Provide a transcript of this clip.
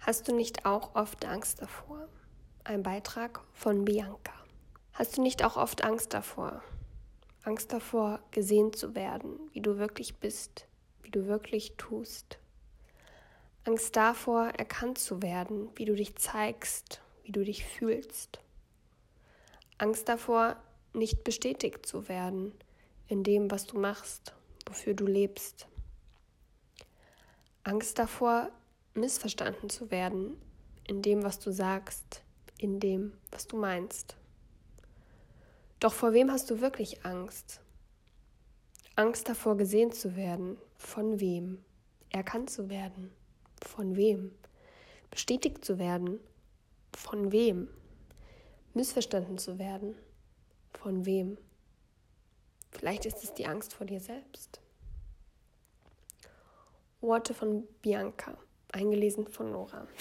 Hast du nicht auch oft Angst davor? Ein Beitrag von Bianca. Hast du nicht auch oft Angst davor? Angst davor, gesehen zu werden, wie du wirklich bist, wie du wirklich tust. Angst davor, erkannt zu werden, wie du dich zeigst, wie du dich fühlst. Angst davor, nicht bestätigt zu werden in dem, was du machst, wofür du lebst. Angst davor, missverstanden zu werden in dem, was du sagst, in dem, was du meinst. Doch vor wem hast du wirklich Angst? Angst davor, gesehen zu werden. Von wem? Erkannt zu werden. Von wem? Bestätigt zu werden. Von wem? Missverstanden zu werden. Von wem? Vielleicht ist es die Angst vor dir selbst. Worte von Bianca, eingelesen von Nora.